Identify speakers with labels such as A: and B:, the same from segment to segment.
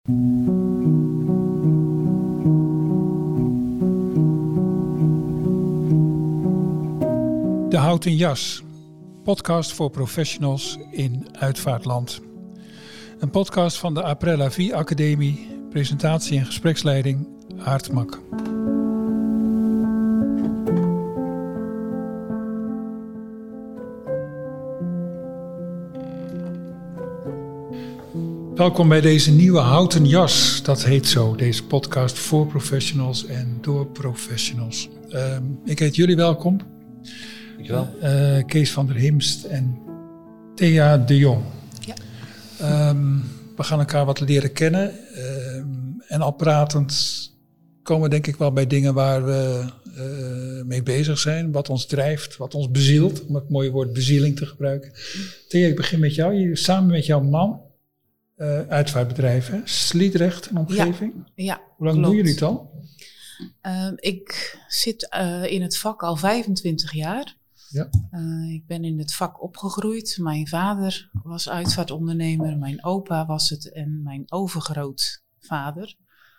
A: De Houten Jas, podcast voor professionals in uitvaartland. Een podcast van de Aprella Vie Academie, presentatie en gespreksleiding Aart Mak. Welkom bij deze nieuwe Houten Jas, dat heet zo, deze podcast voor professionals en door professionals. Ik heet jullie welkom.
B: Dankjewel.
A: Kees van der Himst en Thea de Jong.
C: Ja.
A: We gaan elkaar wat leren kennen. En al pratend komen we denk ik wel bij dingen waar we mee bezig zijn. Wat ons drijft, wat ons bezielt. Om het mooie woord bezieling te gebruiken. Thea, ik begin met jou. Je samen met jouw man, uitvaartbedrijf, hè? Sliedrecht en omgeving.
C: Ja,
A: Hoe lang doen jullie het al?
C: Ik zit in het vak al 25 jaar.
A: Ja.
C: Ik ben in het vak opgegroeid. Mijn vader was uitvaartondernemer, mijn opa was het en mijn overgrootvader.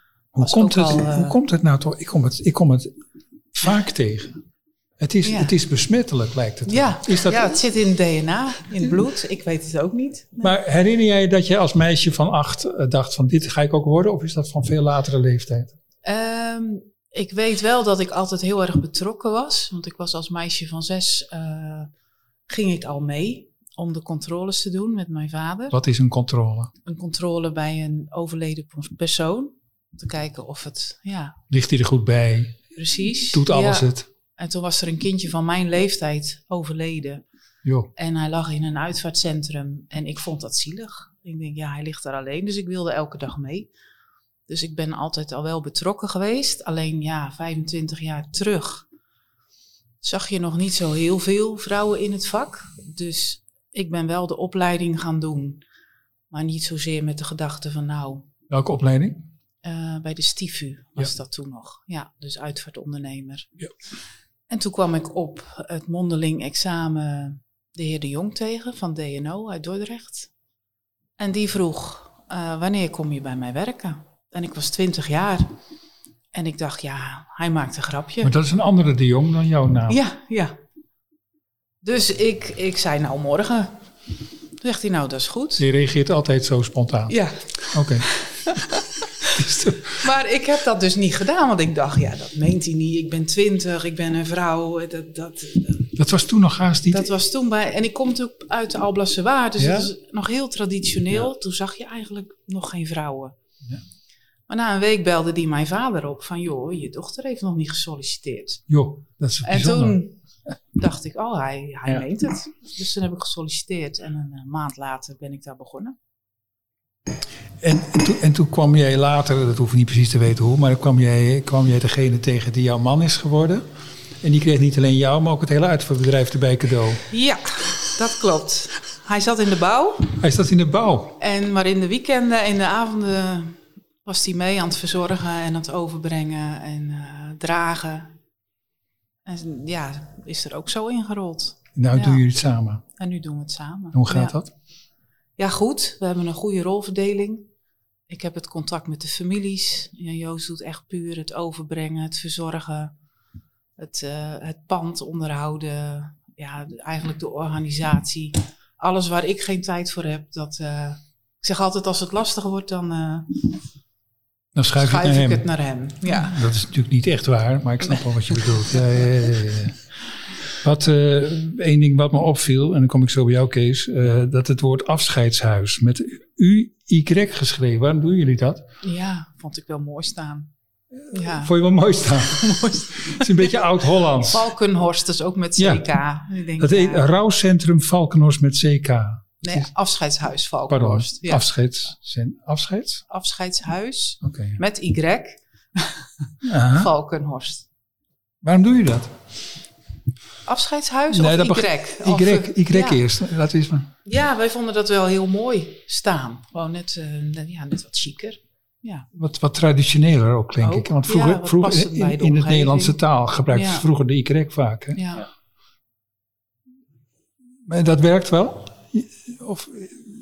A: Hoe komt het nou toch? Ik kom het vaak tegen. Het is besmettelijk, lijkt het.
C: Ja,
A: Is dat...
C: het zit in het DNA, in het bloed. Ik weet het ook niet. Nee.
A: Maar herinner jij je dat je als meisje van 8 dacht van dit ga ik ook worden? Of is dat van veel latere leeftijd?
C: Ik weet wel dat ik altijd heel erg betrokken was. Want ik was als meisje van 6, ging ik al mee om de controles te doen met mijn vader.
A: Wat is een controle?
C: Een controle bij een overleden persoon. Om te kijken of het,
A: Ligt hij er goed bij?
C: Precies.
A: Doet alles het?
C: En toen was er een kindje van mijn leeftijd overleden.
A: Jo.
C: En hij lag in een uitvaartcentrum en ik vond dat zielig. Ik denk, hij ligt daar alleen, dus ik wilde elke dag mee. Dus ik ben altijd al wel betrokken geweest. Alleen 25 jaar terug zag je nog niet zo heel veel vrouwen in het vak. Dus ik ben wel de opleiding gaan doen. Maar niet zozeer met de gedachte van
A: Welke opleiding?
C: Bij de STIVU was dat toen nog. Ja, dus uitvaartondernemer.
A: Ja.
C: En toen kwam ik op het mondeling examen de heer De Jong tegen van DNO uit Dordrecht. En die vroeg, wanneer kom je bij mij werken? En ik was 20 jaar. En ik dacht, hij maakt een grapje.
A: Maar dat is een andere De Jong dan jouw naam.
C: Ja. Dus ik zei, morgen. Toen zegt hij, dat is goed.
A: Je reageert altijd zo spontaan.
C: Ja.
A: Oké.
C: Maar ik heb dat dus niet gedaan. Want ik dacht, dat meent hij niet. Ik ben 20, ik ben een vrouw.
A: Dat was toen nog haast niet.
C: Dat was toen bij. En ik kom natuurlijk uit de Alblasse Waard. Dus dat is nog heel traditioneel. Ja. Toen zag je eigenlijk nog geen vrouwen. Ja. Maar na een week belde die mijn vader op van, je dochter heeft nog niet gesolliciteerd.
A: Dat is bijzonder.
C: En toen dacht ik, hij meent het. Dus toen heb ik gesolliciteerd en een maand later ben ik daar begonnen.
A: En toen kwam jij later, dat hoef je niet precies te weten hoe, maar dan kwam jij degene tegen die jouw man is geworden. En die kreeg niet alleen jou, maar ook het hele uitvaartbedrijf erbij cadeau.
C: Ja, dat klopt. Hij zat in de bouw.
A: Hij zat in de bouw.
C: Maar in de weekenden en de avonden was hij mee aan het verzorgen en aan het overbrengen en dragen. En is er ook zo ingerold.
A: Nou doen jullie het samen.
C: En nu doen we het samen.
A: Hoe gaat dat?
C: Ja, goed. We hebben een goede rolverdeling. Ik heb het contact met de families. Joost doet echt puur het overbrengen, het verzorgen, het pand onderhouden. Ja, eigenlijk de organisatie. Alles waar ik geen tijd voor heb. Ik zeg altijd, als het lastig wordt, dan
A: schuif
C: ik het naar hem. Ja.
A: Dat is natuurlijk niet echt waar, maar ik snap wel wat je bedoelt. Ja. Eén ding wat me opviel, en dan kom ik zo bij jou, Kees, dat het woord afscheidshuis met UY geschreven. Waarom doen jullie dat?
C: Ja, vond ik wel mooi staan. Ja.
A: Vond je wel mooi staan? Het is een beetje oud-Hollands.
C: Valkenhorst, dus ook met CK.
A: Ja.
C: Ik denk,
A: dat heet Rouwcentrum Valkenhorst met CK.
C: Nee, afscheidshuis Valkenhorst.
A: Pardon,
C: ja. Afscheidshuis
A: Okay.
C: met Y. Valkenhorst.
A: Waarom doe je dat?
C: Afscheidshuis of Y?
A: Y eerst, laten we eens maar.
C: Ja, wij vonden dat wel heel mooi staan. Gewoon net wat chiquer. Ja.
A: Wat traditioneler ook, denk ik. Want vroeger in het Nederlandse taal gebruikten ze vroeger de Y vaak. Hè?
C: Ja.
A: Maar dat werkt wel? Of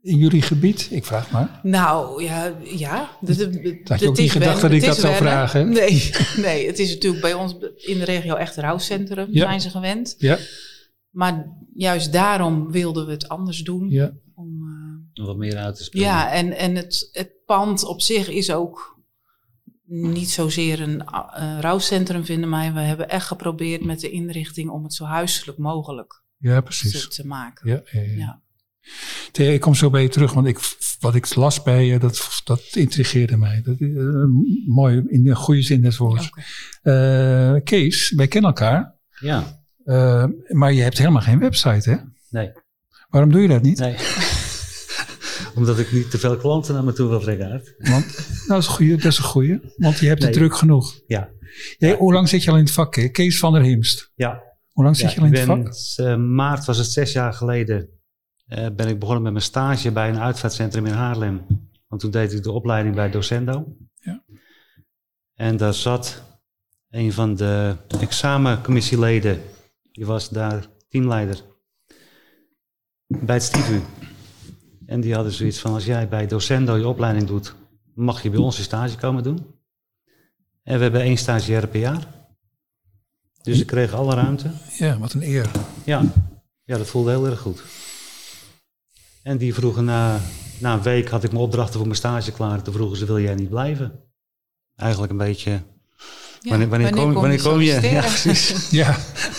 A: in jullie gebied? Ik vraag maar.
C: Nou, ja.
A: Had je ook niet gedacht dat ik dat zou vragen?
C: Nee, het is natuurlijk bij ons in de regio echt een rouwcentrum, zijn ze gewend.
A: Ja.
C: Maar juist daarom wilden we het anders doen.
A: Ja.
C: Om
B: wat meer uit te spelen.
C: Ja, en het pand op zich is ook niet zozeer een rouwcentrum, vinden mij. We hebben echt geprobeerd met de inrichting om het zo huiselijk mogelijk te maken. Ja.
A: Ik kom zo bij je terug, want wat ik las bij je, dat intrigeerde mij. Dat is mooi, in de goede zin des woords. Okay. Kees, wij kennen elkaar.
B: Ja.
A: Maar je hebt helemaal geen website, hè?
B: Nee.
A: Waarom doe je dat niet?
B: Nee. Omdat ik niet te veel klanten naar me toe wil trekken uit.
A: Dat is een goeie. Want je hebt het druk genoeg.
B: Ja.
A: Hoe lang zit je al in het vak, hè? Kees van der Himst.
B: Ja.
A: Hoe lang zit je al in het vak?
B: Maart was het 6 jaar geleden. Ben ik begonnen met mijn stage bij een uitvaartcentrum in Haarlem. Want toen deed ik de opleiding bij Docendo. Ja. En daar zat een van de examencommissieleden. Die was daar teamleider. Bij het STIVU. En die hadden zoiets van, als jij bij Docendo je opleiding doet, mag je bij ons je stage komen doen. En we hebben 1 stagiaire per jaar. Dus ik kreeg alle ruimte.
A: Ja, wat een eer.
B: Ja, dat voelde heel erg goed. En die vroegen na een week had ik mijn opdrachten voor mijn stage klaar. Toen vroegen ze, wil jij niet blijven? Eigenlijk een beetje, wanneer kom je? Ja, precies.
A: Ja.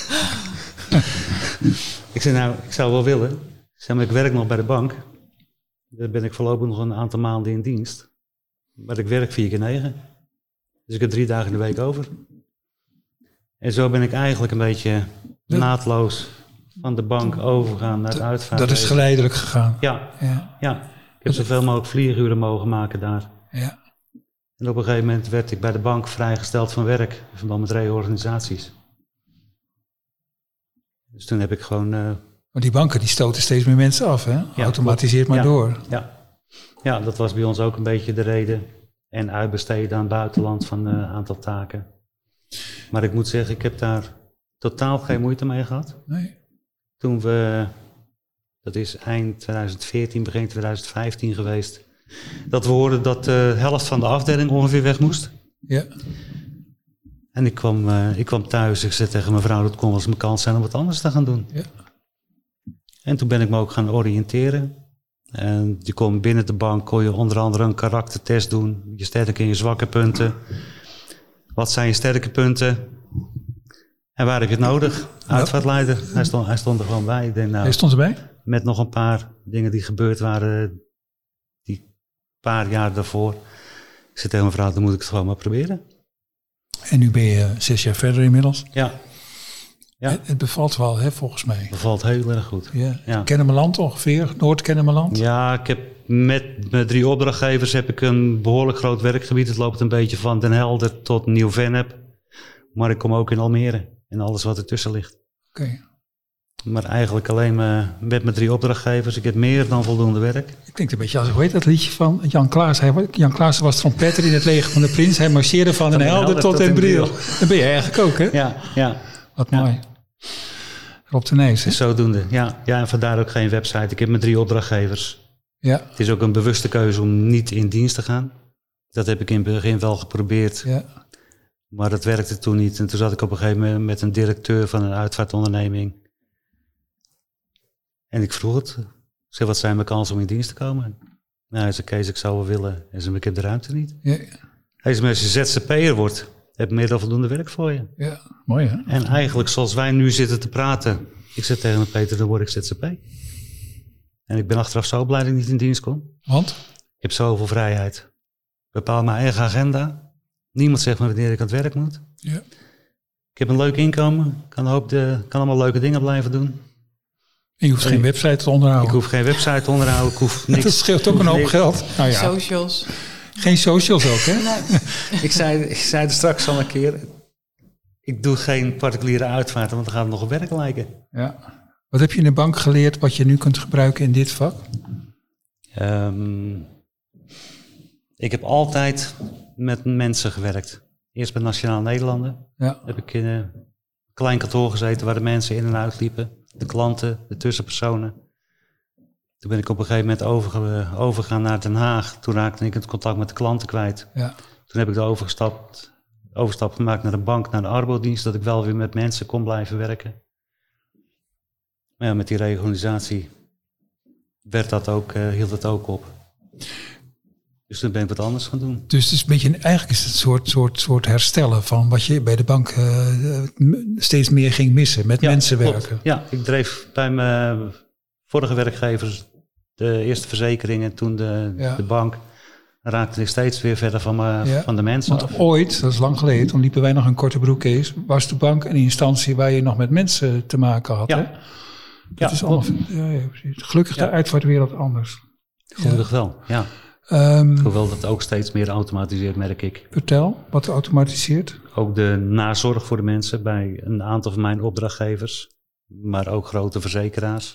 B: Ik zei, nou, ik zou wel willen. Ik zei, maar ik werk nog bij de bank. Daar ben ik voorlopig nog een aantal maanden in dienst. Maar ik werk 4 keer 9. Dus ik heb 3 dagen in de week over. En zo ben ik eigenlijk een beetje naadloos van de bank overgegaan naar het uitvaart.
A: Dat is geleidelijk gegaan.
B: Ja. Ik heb zoveel mogelijk vlieguren mogen maken daar. Ja. En op een gegeven moment werd ik bij de bank vrijgesteld van werk. In verband met reorganisaties. Dus toen heb ik gewoon...
A: Maar die banken die stoten steeds meer mensen af, hè? Automatiseert maar door.
B: Ja, dat was bij ons ook een beetje de reden. En uitbesteden aan het buitenland van een aantal taken. Maar ik moet zeggen, ik heb daar totaal geen moeite mee gehad.
A: Nee.
B: Toen we, dat is eind 2014, begin 2015 geweest, dat we hoorden dat de helft van de afdeling ongeveer weg moest.
A: Ja.
B: En ik kwam thuis, ik zei tegen mijn vrouw, dat kon wel eens mijn kans zijn om wat anders te gaan doen.
A: Ja.
B: En toen ben ik me ook gaan oriënteren. En je kon binnen de bank, kon je onder andere een karaktertest doen. Je sterke en je zwakke punten. Wat zijn je sterke punten? En waar heb je het nodig? Uitvaartleider, hij stond er gewoon bij. Ik denk, nou,
A: hij stond erbij?
B: Met nog een paar dingen die gebeurd waren, die paar jaar daarvoor. Ik zei tegen mijn vrouw, dan moet ik het gewoon maar proberen.
A: En nu ben je 6 jaar verder inmiddels?
B: Ja.
A: Het bevalt wel, hè, volgens mij.
B: Het bevalt heel erg goed.
A: Ja. Kennemerland ongeveer, Noord-Kennemerland?
B: Ja, ik heb met mijn 3 opdrachtgevers heb ik een behoorlijk groot werkgebied. Het loopt een beetje van Den Helder tot Nieuw-Vennep. Maar ik kom ook in Almere en alles wat ertussen ligt.
A: Oké.
B: Maar eigenlijk alleen met mijn 3 opdrachtgevers. Ik heb meer dan voldoende werk.
A: Ik denk een beetje als, hoe heet dat liedje van Jan Klaas? Jan Klaas was trompetter in het leger van de prins. Hij marcheerde van Den Helder tot Den Briel. Dat ben je eigenlijk ook, hè?
B: Ja.
A: Wat mooi. Rob de Nijs, hè?
B: Zodoende, ja. En vandaar ook geen website. Ik heb mijn 3 opdrachtgevers.
A: Ja.
B: Het is ook een bewuste keuze om niet in dienst te gaan. Dat heb ik in het begin wel geprobeerd. Ja. Maar dat werkte toen niet. En toen zat ik op een gegeven moment met een directeur van een uitvaartonderneming. En ik vroeg het. Ik zei, wat zijn mijn kansen om in dienst te komen? Nou, hij zei, Kees, ik zou wel willen. Hij zei, ik heb de ruimte niet.
A: Ja.
B: Hij zei, als je ZZP'er wordt, heb je meer dan voldoende werk voor je.
A: Ja, mooi hè?
B: En eigenlijk zoals wij nu zitten te praten. Ik zei tegen Peter, dan word ik ZZP. En ik ben achteraf zo blij dat ik niet in dienst kon.
A: Want?
B: Ik heb zoveel vrijheid. Ik bepaal mijn eigen agenda. Niemand zegt me wanneer ik aan het werk moet.
A: Ja.
B: Ik heb een leuk inkomen. Kan allemaal leuke dingen blijven doen.
A: En je hoeft geen website te onderhouden.
B: Ik hoef geen website te onderhouden. Ik hoef niks.
A: Dat scheelt ook een hoop geld.
C: Nou ja. Socials.
A: Geen socials ook, hè?
B: Nee. ik zei er straks al een keer. Ik doe geen particuliere uitvaarten, want dan gaat het nog op werk lijken.
A: Ja. Wat heb je in de bank geleerd wat je nu kunt gebruiken in dit vak?
B: Ik heb altijd met mensen gewerkt. Eerst bij Nationaal Nederlanden.
A: Ja.
B: Heb ik in een klein kantoor gezeten waar de mensen in en uit liepen. De klanten, de tussenpersonen. Toen ben ik op een gegeven moment overgegaan naar Den Haag. Toen raakte ik het contact met de klanten kwijt.
A: Ja.
B: Toen heb ik de overstap gemaakt naar de bank, naar de arbodienst, dat ik wel weer met mensen kon blijven werken. Maar ja, met die reorganisatie hield het ook op. Dus toen ben ik wat anders gaan doen.
A: Dus het is een beetje, eigenlijk is het een soort herstellen van wat je bij de bank steeds meer ging missen, met mensen werken.
B: Klopt. Ja, ik dreef bij mijn vorige werkgevers de eerste verzekeringen, toen de bank. Dan raakte ik steeds weer verder van de mensen
A: Want
B: af.
A: ooit, dat is lang geleden, toen liepen wij nog een korte broek, Kees, was de bank een instantie waar je nog met mensen te maken had.
B: Ja.
A: Hè? Dat is allemaal, precies. Gelukkig de uitvaartwereld anders.
B: Gelukkig wel, ja. Hoewel dat ook steeds meer automatiseert, merk ik.
A: Vertel, wat automatiseert?
B: Ook de nazorg voor de mensen bij een aantal van mijn opdrachtgevers, maar ook grote verzekeraars.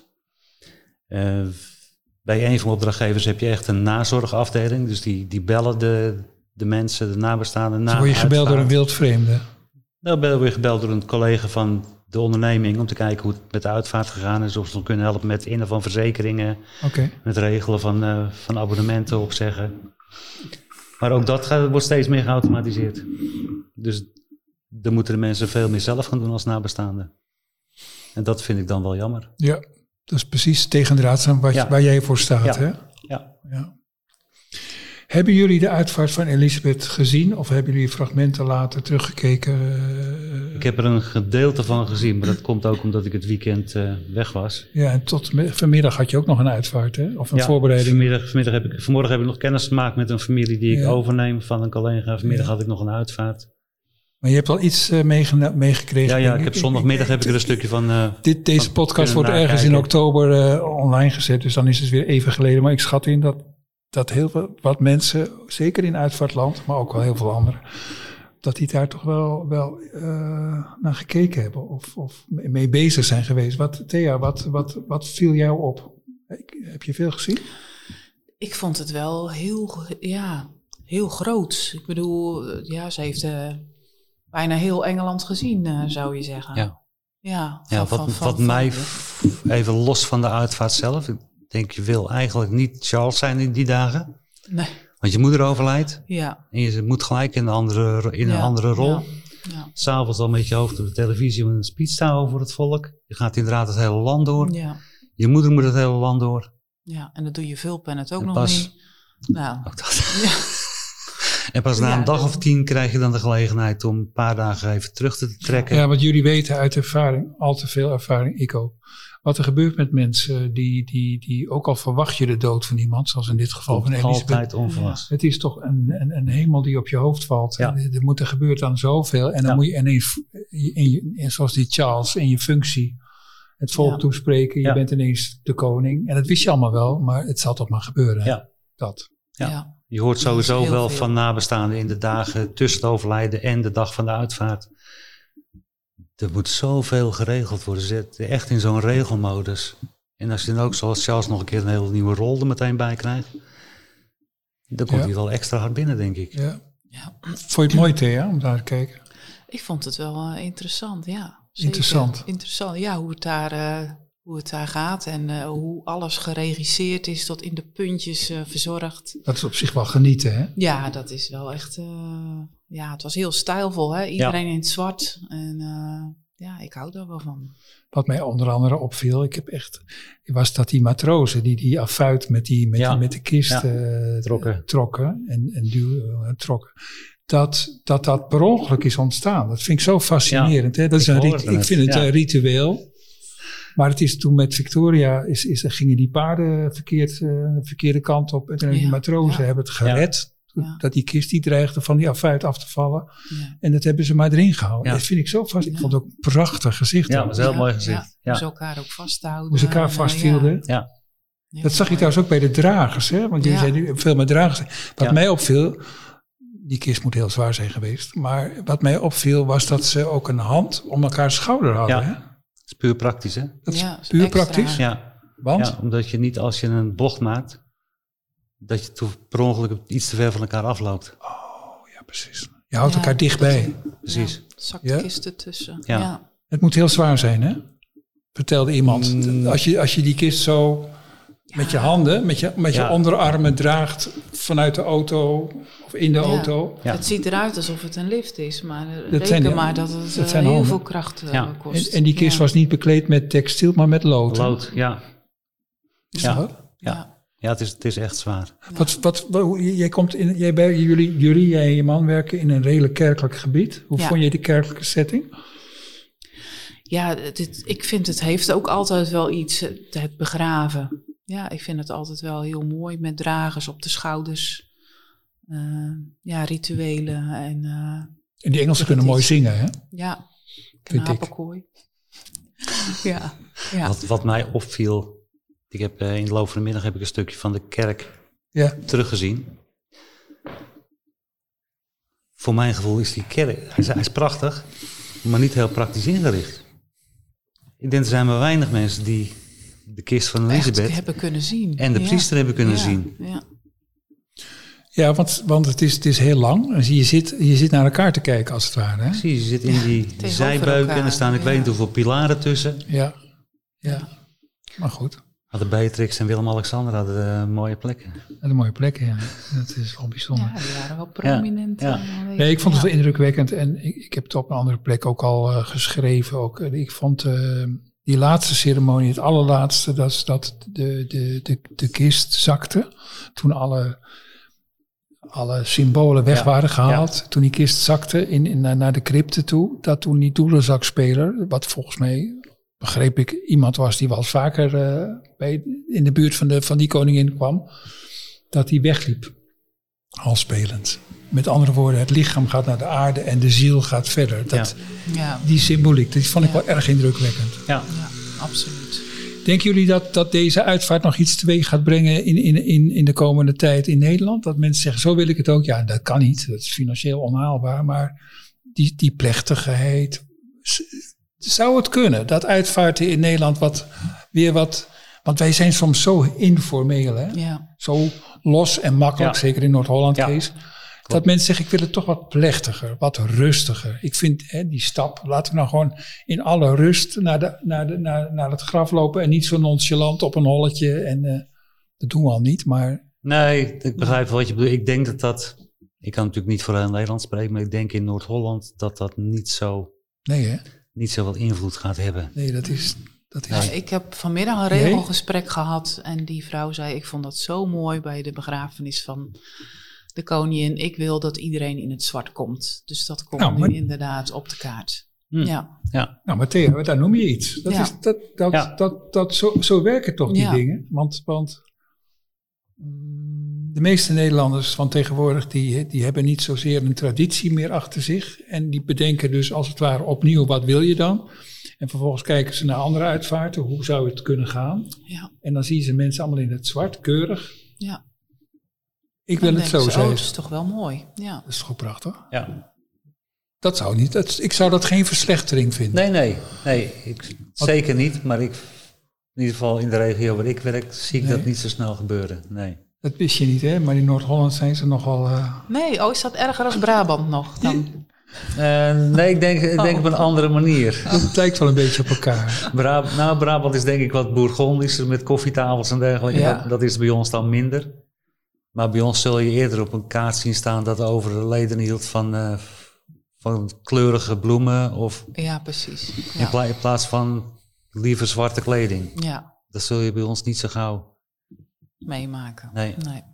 B: Bij een van mijn opdrachtgevers heb je echt een nazorgafdeling. Dus die bellen de mensen, de nabestaanden.
A: Dus word je gebeld door een wildvreemde?
B: Nou, word je gebeld door een collega van de onderneming om te kijken hoe het met de uitvaart gegaan is. Of ze kunnen helpen met innen van verzekeringen.
A: Okay.
B: Met regelen van abonnementen opzeggen. Maar ook dat wordt steeds meer geautomatiseerd. Dus dan moeten de mensen veel meer zelf gaan doen als nabestaanden. En dat vind ik dan wel jammer.
A: Ja, dat is precies tegendraads aan waar jij voor staat.
B: Ja.
A: Hè? Ja. Hebben jullie de uitvaart van Elisabeth gezien of hebben jullie fragmenten later teruggekeken?
B: Ik heb er een gedeelte van gezien, maar dat komt ook omdat ik het weekend weg was.
A: Ja, en tot vanmiddag had je ook nog een uitvaart, hè? Of een voorbereiding?
B: Vanmorgen heb ik nog kennis gemaakt met een familie die ik overneem van een collega. Vanmiddag had ik nog een uitvaart.
A: Maar je hebt al iets meegekregen?
B: Ja, ik heb zondagmiddag heb ik er een stukje van...
A: Deze podcast wordt ergens in oktober online gezet, dus dan is het weer even geleden. Maar ik schat in dat heel wat mensen, zeker in uitvaartland, maar ook wel heel veel anderen, dat die daar toch wel naar gekeken hebben of mee bezig zijn geweest. Thea, wat viel jou op? Heb je veel gezien?
C: Ik vond het wel heel groot. Ik bedoel, ze heeft bijna heel Engeland gezien, zou je zeggen.
B: Wat mij, even los van de uitvaart zelf, ik denk je wil eigenlijk niet Charles zijn in die dagen.
C: Nee.
B: Want je moeder overlijdt.
C: Ja.
B: En je moet gelijk in een andere rol. Ja. S'avonds al met je hoofd op de televisie met een speech te houden voor het volk. Je gaat inderdaad het hele land door.
C: Ja.
B: Je moeder moet het hele land door.
C: Ja, en dat doe je Vulpen ook nog niet. Nou.
B: Ook dat. Ja. En pas na een dag of 10 krijg je dan de gelegenheid om een paar dagen even terug te trekken.
A: Ja, want jullie weten uit ervaring, al te veel ervaring, ik ook. Wat er gebeurt met mensen die ook al verwacht je de dood van iemand, zoals in dit geval van Elisabeth.
B: Altijd onverwachts.
A: Het is toch een hemel die op je hoofd valt. Ja. Er gebeurt dan zoveel. En dan moet je ineens, zoals die Charles, in je functie het volk toespreken. Je bent ineens de koning. En dat wist je allemaal wel, maar het zal toch maar gebeuren.
B: Ja.
A: Dat.
B: Ja. Je hoort sowieso wel van nabestaanden in de dagen tussen het overlijden en de dag van de uitvaart. Er moet zoveel geregeld worden. Ze zitten echt in zo'n regelmodus. En als je dan ook zoals Charles nog een keer een hele nieuwe rol er meteen bij krijgt, dan komt hij wel extra hard binnen, denk ik.
A: Ja. Vond je het mooi, Thea, om daar te kijken?
C: Ik vond het wel interessant, ja.
A: Zeker.
C: Interessant, ja, hoe het daar gaat en hoe alles geregisseerd is tot in de puntjes verzorgd.
A: Dat is op zich wel genieten, hè?
C: Ja, dat is wel echt... het was heel stijlvol, hè? Iedereen in het zwart. En ik hou daar wel van. Wat mij onder andere opviel, was dat die matrozen die affuit met de kist trokken en trokken. Dat per ongeluk is ontstaan. Dat vind ik zo fascinerend. Hè? Dat is ik vind het een ritueel. Maar het is toen met Victoria, gingen die paarden de verkeerde kant op. En die matrozen hebben het gered. Dat die kist die dreigde van die affuit af te vallen. Ja. En dat hebben ze maar erin gehouden. Dat vind ik zo vast. Ik vond het ook een prachtig gezicht.
B: Ja, dat was een heel mooi gezicht.
C: Ja. Moest elkaar ook vasthouden.
A: Moest elkaar vasthielden.
B: Ja.
A: Dat zag je trouwens ook bij de dragers. Hè? Want jullie zijn nu veel met dragers. Wat mij opviel, die kist moet heel zwaar zijn geweest. Maar wat mij opviel was dat ze ook een hand om elkaars schouder hadden. Hè?
B: Dat is puur praktisch, hè?
A: Dat is puur praktisch?
B: Ja.
A: Want?
B: Ja, omdat je niet als je een bocht maakt, dat je per ongeluk iets te ver van elkaar afloopt.
A: Oh, ja, precies. Je houdt elkaar dichtbij.
B: Precies.
C: Ja, zakt de kisten tussen.
A: Het moet heel zwaar zijn, hè? Vertelde iemand. Als je die kist zo met je handen, met je onderarmen draagt vanuit de auto of in de auto.
C: Ja. Het ziet eruit alsof het een lift is, maar reken maar dat het heel veel kracht kost.
A: En die kist was niet bekleed met textiel, maar met lood.
B: Lood, ja.
A: Is dat wat?
B: Ja, het is echt zwaar.
A: Jij en je man werken in een redelijk kerkelijk gebied. Hoe vond je de kerkelijke setting?
C: Ja, ik vind het heeft ook altijd wel iets, het begraven. Ja, ik vind het altijd wel heel mooi met dragers op de schouders. Rituelen. En
A: die Engelsen kunnen mooi zingen, hè?
C: Ja, knapenkooi. Ja.
B: Wat mij opviel, ik heb in de loop van de middag heb ik een stukje van de kerk teruggezien. Voor mijn gevoel is die kerk, hij is prachtig, maar niet heel praktisch ingericht. Ik denk er zijn maar weinig mensen die de kist van Elisabeth
C: hebben kunnen zien.
B: En de priester hebben kunnen zien.
A: Ja, want het is heel lang. Dus je zit naar elkaar te kijken als het ware. Hè?
B: Precies, je zit in die zijbeuken en er staan ik weet niet hoeveel pilaren tussen.
A: Ja, maar goed.
B: Hadden Beatrix en Willem-Alexander hadden mooie plekken.
A: Mooie plekken, ja. Dat is wel bijzonder.
C: Ja, die waren wel prominent.
A: Nee, ik vond het wel indrukwekkend. En ik heb het op een andere plek ook al geschreven. Ook. Ik vond die laatste ceremonie, het allerlaatste, dat de kist zakte. Toen alle symbolen weg waren gehaald. Ja. Toen die kist zakte naar de crypte toe. Dat toen die doelenzaksspeler, wat volgens mij, begreep ik, iemand was die wel eens vaker in de buurt van die koningin kwam. Dat die wegliep. Al spelend. Met andere woorden, het lichaam gaat naar de aarde en de ziel gaat verder. Die symboliek, die vond ik wel erg indrukwekkend.
B: Ja,
C: absoluut.
A: Denken jullie dat deze uitvaart nog iets teweeg gaat brengen in de komende tijd in Nederland? Dat mensen zeggen, zo wil ik het ook. Ja, dat kan niet. Dat is financieel onhaalbaar. Maar die plechtigheid. Zou het kunnen dat uitvaarten in Nederland want wij zijn soms zo informeel. Hè?
C: Ja.
A: Zo los en makkelijk, zeker in Noord-Holland, Kees. Dat mensen zeggen, ik wil het toch wat plechtiger, wat rustiger. Ik vind die stap, laten we nou gewoon in alle rust naar het graf lopen en niet zo nonchalant op een holletje. En dat doen we al niet, maar...
B: Nee, ik begrijp wel wat je bedoelt. Ik denk dat ik kan natuurlijk niet voor heel Nederland spreken, maar ik denk in Noord-Holland dat niet zo...
A: Nee, hè?
B: Niet zo wat invloed gaat hebben.
A: Nee, dat is...
C: Ik heb vanmiddag een regelgesprek gehad en die vrouw zei, ik vond dat zo mooi bij de begrafenis van de koningin. Ik wil dat iedereen in het zwart komt. Dus dat komt nu inderdaad op de kaart. Ja.
A: Nou, Matteo, daar noem je iets. Zo werken toch die dingen. Want de meeste Nederlanders van tegenwoordig, die hebben niet zozeer een traditie meer achter zich. En die bedenken dus als het ware opnieuw, wat wil je dan? En vervolgens kijken ze naar andere uitvaarten. Hoe zou het kunnen gaan?
C: Ja.
A: En dan zien ze mensen allemaal in het zwart, keurig.
C: Ja.
A: Ik wil het zo zijn.
C: Dat is toch wel mooi. Ja.
A: Dat is toch prachtig?
B: Ja.
A: Dat zou niet. Ik zou dat geen verslechtering vinden.
B: Nee. Zeker niet. Maar in ieder geval in de regio waar ik werk, zie ik dat niet zo snel gebeuren. Nee.
A: Dat wist je niet, hè? Maar in Noord-Holland zijn ze nogal...
C: Nee, is dat erger als Brabant nog dan?
B: Nee, ik denk op een andere manier.
A: Het lijkt wel een beetje op elkaar.
B: Brabant is denk ik wat bourgondischer met koffietafels en dergelijke. Ja. Dat is bij ons dan minder. Maar bij ons zul je eerder op een kaart zien staan dat overleden hield van kleurige bloemen. Of
C: ja, precies. Ja.
B: In plaats van lieve zwarte kleding.
C: Ja.
B: Dat zul je bij ons niet zo gauw
C: meemaken.
B: Nee.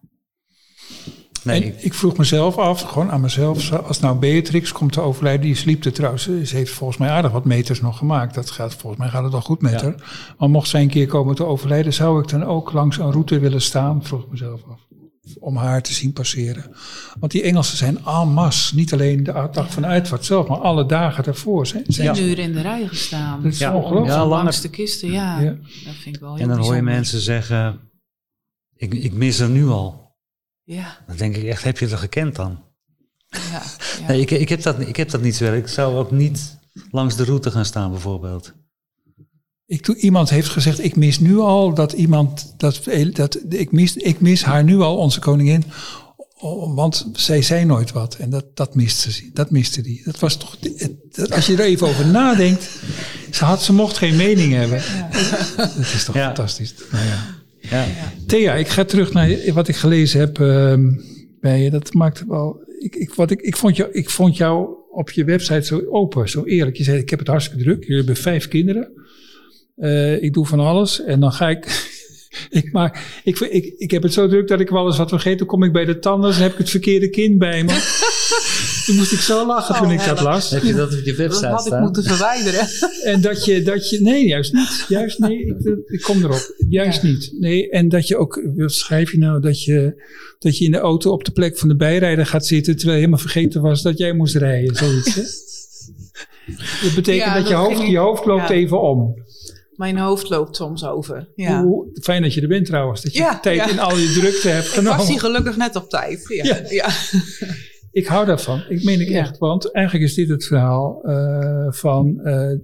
A: En ik vroeg mezelf af, gewoon aan mezelf, als nou Beatrix komt te overlijden, die sliep er trouwens, ze heeft volgens mij aardig wat meters nog gemaakt. Volgens mij gaat het wel goed met haar. Maar mocht zij een keer komen te overlijden, zou ik dan ook langs een route willen staan, vroeg ik mezelf af, om haar te zien passeren. Want die Engelsen zijn en masse, niet alleen de dag van uitvaart zelf, maar alle dagen daarvoor. Zijn
C: 10 uur in de rij gestaan.
A: Dat is ongelooflijk.
C: Langs de kisten, dat vind ik wel heel
B: En dan hoor je mensen zeggen, ik mis er nu al.
C: Ja.
B: Dan denk ik echt, heb je het gekend dan?
C: Ja.
B: Nee, ik heb dat niet zo. Ik zou ook niet langs de route gaan staan bijvoorbeeld.
A: Iemand heeft gezegd, ik mis nu al ik mis haar nu al, onze koningin, want zij zei nooit wat. En dat miste ze. Dat miste die. Dat was toch, als je er even over nadenkt, ze mocht geen mening hebben. Dat is toch fantastisch. Nou ja.
B: Ja.
A: Thea, ik ga terug naar wat ik gelezen heb bij je. Dat maakt wel... Ik vond jou op je website zo open, zo eerlijk. Je zei, ik heb het hartstikke druk. Jullie hebben 5 kinderen. Ik doe van alles. En dan ga ik... Ik heb het zo druk dat ik wel eens wat vergeet. Dan kom ik bij de tandarts en heb ik het verkeerde kind bij me. Toen moest ik zo lachen toen ik dat las.
B: Heb je dat op je website
C: Dat had ik moeten verwijderen.
A: En dat je nee, juist niet. Juist nee, ik kom erop. Juist niet. Nee, en dat je ook, wat schrijf je nou, dat je in de auto op de plek van de bijrijder gaat zitten, terwijl je helemaal vergeten was dat jij moest rijden. Zoiets, hè? Dat betekent dat je hoofd loopt even om.
C: Mijn hoofd loopt soms over. Ja.
A: Fijn dat je er bent trouwens. Dat je tijd in al je drukte hebt genomen.
C: Ik was hier gelukkig net op tijd. Ja.
A: Ik hou daarvan. Ik meen ik echt. Want eigenlijk is dit het verhaal van...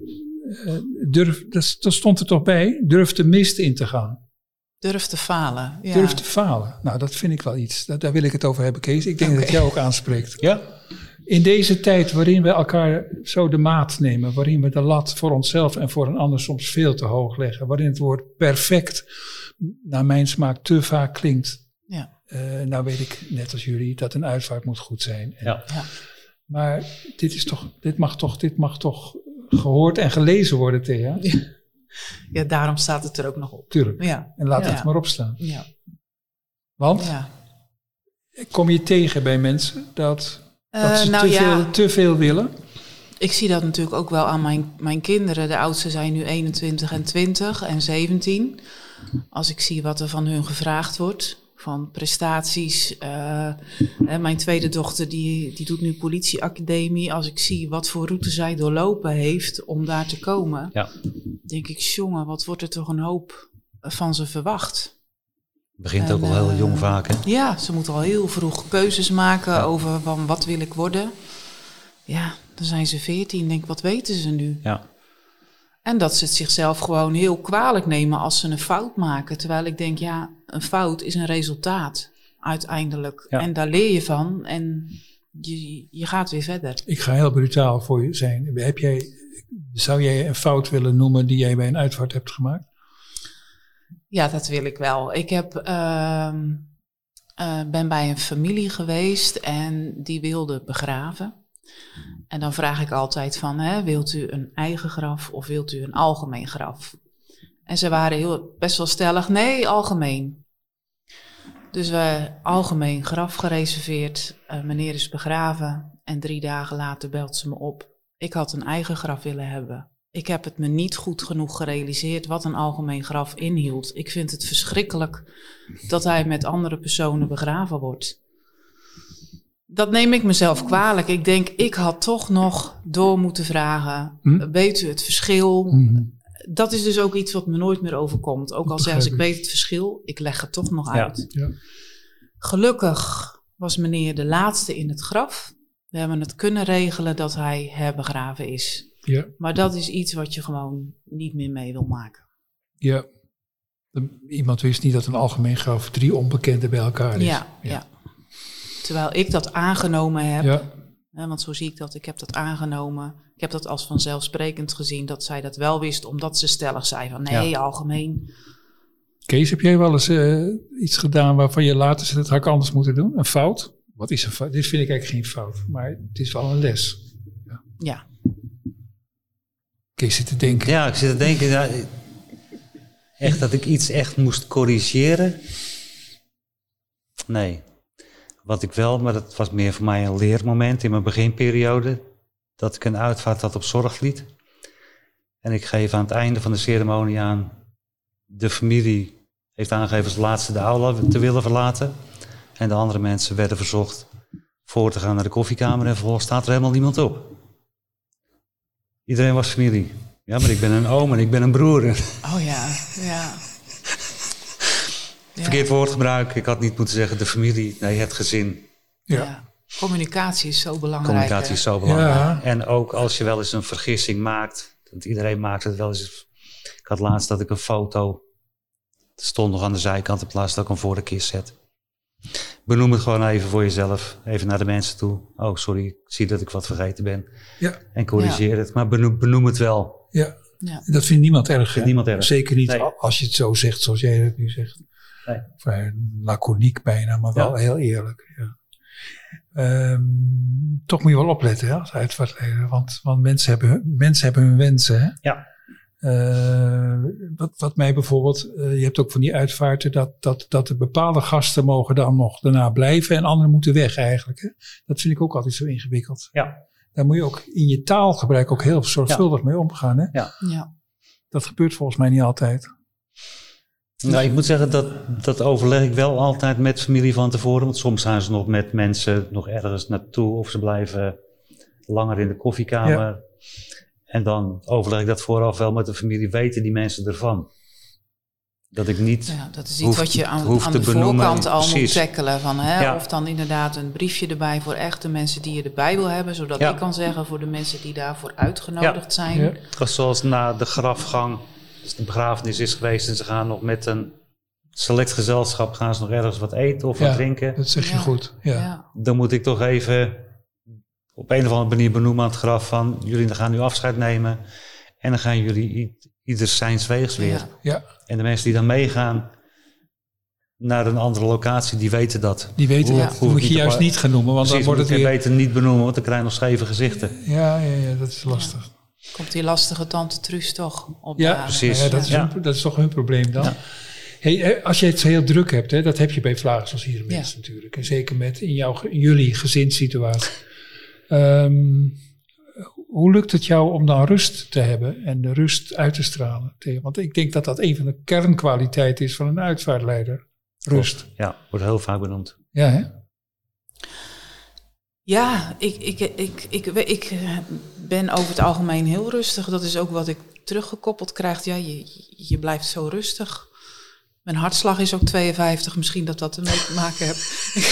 A: daar stond er toch bij. Durf de mist in te gaan.
C: Durf te falen. Ja.
A: Durf te falen. Nou, dat vind ik wel iets. Daar wil ik het over hebben, Kees. Ik denk dat het jou ook aanspreekt.
B: Ja.
A: In deze tijd waarin we elkaar zo de maat nemen. Waarin we de lat voor onszelf en voor een ander soms veel te hoog leggen. Waarin het woord perfect naar mijn smaak te vaak klinkt.
C: Ja.
A: Nou weet ik, net als jullie, dat een uitvaart moet goed zijn.
B: Ja.
A: Maar dit mag toch gehoord en gelezen worden, Thea?
C: Ja, daarom staat het er ook nog op.
A: Tuurlijk.
C: Ja.
A: En laat het maar opstaan.
C: Ja.
A: Want, kom je tegen bij mensen dat ze te veel willen?
C: Ik zie dat natuurlijk ook wel aan mijn kinderen. De oudste zijn nu 21 en 20 en 17. Als ik zie wat er van hun gevraagd wordt... Van prestaties. Mijn tweede dochter die doet nu politieacademie. Als ik zie wat voor route zij doorlopen heeft om daar te komen. Ja. Denk ik, jongen, wat wordt er toch een hoop van ze verwacht.
B: Begint ook al heel jong vaak, hè?
C: Ja, ze moeten al heel vroeg keuzes maken over van wat wil ik worden. Ja, dan zijn ze 14. Denk, wat weten ze nu? Ja. En dat ze het zichzelf gewoon heel kwalijk nemen als ze een fout maken. Terwijl ik denk, een fout is een resultaat uiteindelijk. Ja. En daar leer je van en je gaat weer verder.
A: Ik ga heel brutaal voor je zijn. Zou jij een fout willen noemen die jij bij een uitvaart hebt gemaakt?
C: Ja, dat wil ik wel. Ik ben bij een familie geweest en die wilde begraven. En dan vraag ik altijd van, wilt u een eigen graf of wilt u een algemeen graf? En ze waren best wel stellig, nee, algemeen. Dus we algemeen graf gereserveerd, meneer is begraven en 3 dagen later belt ze me op. Ik had een eigen graf willen hebben. Ik heb het me niet goed genoeg gerealiseerd wat een algemeen graf inhield. Ik vind het verschrikkelijk dat hij met andere personen begraven wordt. Dat neem ik mezelf kwalijk. Ik denk, ik had toch nog door moeten vragen. Weet u het verschil? Dat is dus ook iets wat me nooit meer overkomt. Ook al zeggen ze, ik weet het verschil, ik leg het toch nog uit. Ja. Gelukkig was meneer de laatste in het graf. We hebben het kunnen regelen dat hij herbegraven is. Ja. Maar dat is iets wat je gewoon niet meer mee wil maken.
A: Ja. Iemand wist niet dat een algemeen graf 3 onbekenden bij elkaar is.
C: Ja. Terwijl ik dat aangenomen heb, want zo zie ik dat, ik heb dat aangenomen. Ik heb dat als vanzelfsprekend gezien dat zij dat wel wist, omdat ze stellig zei van nee, algemeen.
A: Kees, heb jij wel eens iets gedaan waarvan je later zei, dat had ik anders moeten doen? Een fout? Wat is een fout? Dit vind ik eigenlijk geen fout, maar het is wel een les.
C: Ja.
A: Kees zit te denken.
B: Ja, ik zit te denken, echt dat ik iets echt moest corrigeren. Nee. Wat ik wel, maar dat was meer voor mij een leermoment in mijn beginperiode. Dat ik een uitvaart had op Zorgvliet. En ik geef aan het einde van de ceremonie aan. De familie heeft aangegeven als laatste de aula te willen verlaten. En de andere mensen werden verzocht voor te gaan naar de koffiekamer. En vervolgens staat er helemaal niemand op. Iedereen was familie. Ja, maar ik ben een oom en ik ben een broer.
C: Oh ja.
B: Verkeerd woordgebruik. Ik had niet moeten zeggen de familie, nee, het gezin.
C: Ja. Communicatie is zo belangrijk.
B: Communicatie is zo belangrijk. Ja. En ook als je wel eens een vergissing maakt. Want iedereen maakt het wel eens. Ik had laatst dat ik een foto. Het stond nog aan de zijkant in plaats dat ik hem voor de kist zet. Benoem het gewoon even voor jezelf. Even naar de mensen toe. Oh, sorry, ik zie dat ik wat vergeten ben. Ja. En corrigeer het. Maar benoem het wel.
A: Ja.
C: Ja.
A: Dat vindt niemand erg.
B: Vindt niemand erg.
A: Zeker niet
B: Nee.
A: als je het zo zegt zoals jij het nu zegt.
B: Nee.
A: Vrij laconiek bijna, maar wel heel eerlijk. Ja. Toch moet je wel opletten hè, als uitvaartleider. Want mensen hebben hun wensen. Hè?
B: Ja.
A: Wat mij bijvoorbeeld, je hebt ook van die uitvaarten dat er bepaalde gasten mogen dan nog daarna blijven en anderen moeten weg eigenlijk. Hè? Dat vind ik ook altijd zo ingewikkeld.
B: Ja.
A: Daar moet je ook in je taalgebruik ook heel zorgvuldig mee omgaan. Hè?
C: Ja.
A: Dat gebeurt volgens mij niet altijd.
B: Nou, ik moet zeggen dat overleg ik wel altijd met familie van tevoren. Want soms gaan ze nog met mensen nog ergens naartoe of ze blijven langer in de koffiekamer. Ja. En dan overleg ik dat vooraf wel met de familie. Weten die mensen ervan? Dat ik niet.
C: Ja, dat is iets wat je aan de voorkant al moet tackelen. Van, hè? Ja. Of dan inderdaad een briefje erbij voor echt de mensen die je erbij wil hebben. Zodat ik kan zeggen voor de mensen die daarvoor uitgenodigd zijn.
B: Ja. Zoals na de grafgang. Als de begrafenis is geweest en ze gaan nog met een select gezelschap. Gaan ze nog ergens wat eten of wat drinken.
A: Dat zeg je goed. Ja.
B: Dan moet ik toch even op een of andere manier benoemen aan het graf van. Jullie gaan nu afscheid nemen. En dan gaan jullie ieder zijns weegs weer.
A: Ja.
B: En de mensen die dan meegaan naar een andere locatie, die weten dat.
A: Die weten dat moet je juist niet gaan noemen. Want
B: precies,
A: dan wordt het weer
B: beter niet benoemen, want dan krijg je nog scheve gezichten.
A: Ja, dat is lastig.
C: Ja. Komt die lastige tante Truus toch op?
A: Ja, precies. Ja, dat is toch hun probleem dan. Ja. Hey, als je het heel druk hebt, hè, dat heb je bij Vlagers als hier mensen natuurlijk. En zeker met in jullie gezinssituatie. Hoe lukt het jou om dan rust te hebben en de rust uit te stralen? Want ik denk dat dat een van de kernkwaliteiten is van een uitvaartleider. Rust.
B: Ja, wordt heel vaak benoemd.
A: Ja, hè?
C: Ja, ik ben over het algemeen heel rustig. Dat is ook wat ik teruggekoppeld krijg. Ja, je blijft zo rustig. Mijn hartslag is ook 52. Misschien dat ermee te maken heeft.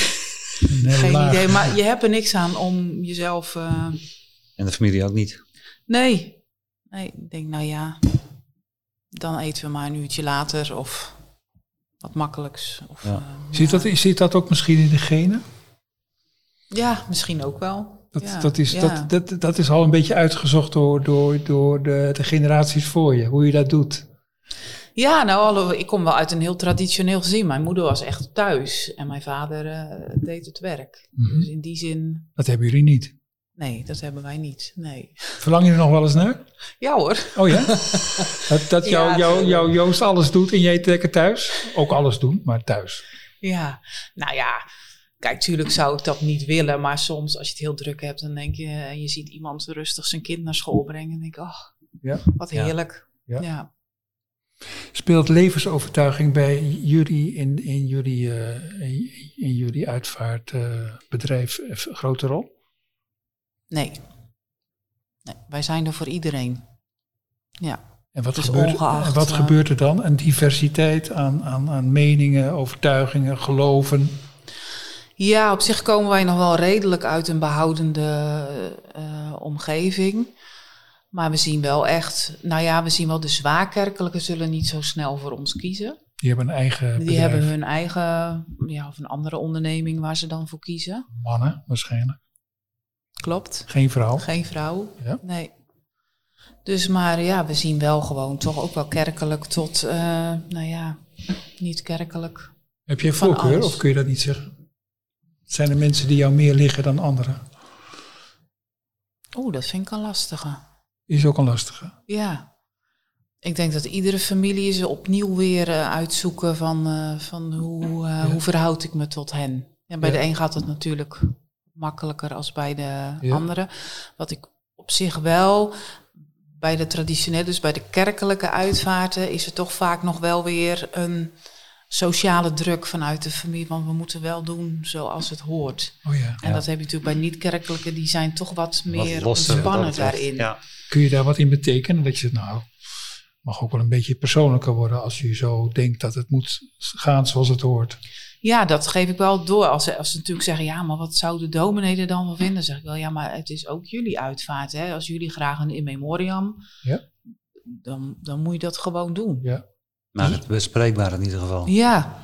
C: Geen idee. Maar je hebt er niks aan om jezelf...
B: En de familie ook niet?
C: Nee, ik denk nou ja, dan eten we maar een uurtje later of wat makkelijks. Of,
A: Zit dat ook misschien in de genen?
C: Ja, misschien ook wel.
A: Dat is al een beetje uitgezocht door de generaties voor je, hoe je dat doet.
C: Ja, nou, ik kom wel uit een heel traditioneel gezin. Mijn moeder was echt thuis en mijn vader deed het werk. Mm-hmm. Dus in die zin...
A: Dat hebben jullie niet?
C: Nee, dat hebben wij niet, nee.
A: Verlang je er nog wel eens naar?
C: Ja hoor.
A: Oh ja? dat jouw Joost alles doet en jij lekker thuis? Ook alles doen, maar thuis.
C: Ja, nou ja... Kijk, tuurlijk zou ik dat niet willen, maar soms als je het heel druk hebt, dan denk je, en je ziet iemand rustig zijn kind naar school brengen, en denk je, wat heerlijk. Ja.
A: Speelt levensovertuiging bij jullie in jullie uitvaartbedrijf een grote rol?
C: Nee, wij zijn er voor iedereen. Ja.
A: En wat gebeurt er dan? Een diversiteit aan meningen, overtuigingen, geloven?
C: Ja, op zich komen wij nog wel redelijk uit een behoudende omgeving. Maar we zien wel echt, we zien wel de zwaarkerkelijken zullen niet zo snel voor ons kiezen.
A: Die hebben een eigen bedrijf.
C: Die hebben hun eigen, of een andere onderneming waar ze dan voor kiezen.
A: Mannen waarschijnlijk.
C: Klopt.
A: Geen vrouw?
C: Geen vrouw,
A: ja.
C: Nee. Dus maar we zien wel gewoon toch ook wel kerkelijk tot, niet kerkelijk.
A: Heb je een voorkeur of kun je dat niet zeggen? Zijn er mensen die jou meer liggen dan anderen?
C: Dat vind ik een lastige.
A: Is ook een lastige?
C: Ja. Ik denk dat iedere familie ze opnieuw weer uitzoeken van hoe verhoud ik me tot hen. En bij de een gaat het natuurlijk makkelijker als bij de andere. Wat ik op zich wel... Bij de traditionele, dus bij de kerkelijke uitvaarten... is er toch vaak nog wel weer een sociale druk vanuit de familie. Want we moeten wel doen zoals het hoort. En dat heb je natuurlijk bij niet-kerkelijke... die zijn toch wat meer ontspannen daarin. Ja.
A: Kun je daar wat in betekenen? Dat je mag ook wel een beetje persoonlijker worden... als je zo denkt dat het moet gaan zoals het hoort.
C: Ja, dat geef ik wel door. Als ze natuurlijk zeggen, ja, maar wat zou de dominee er dan van vinden? Dan zeg ik wel, ja, maar het is ook jullie uitvaart. Hè? Als jullie graag een in memoriam, dan moet je dat gewoon doen.
B: Ja. Maar het bespreekbaar in ieder geval.
C: Ja.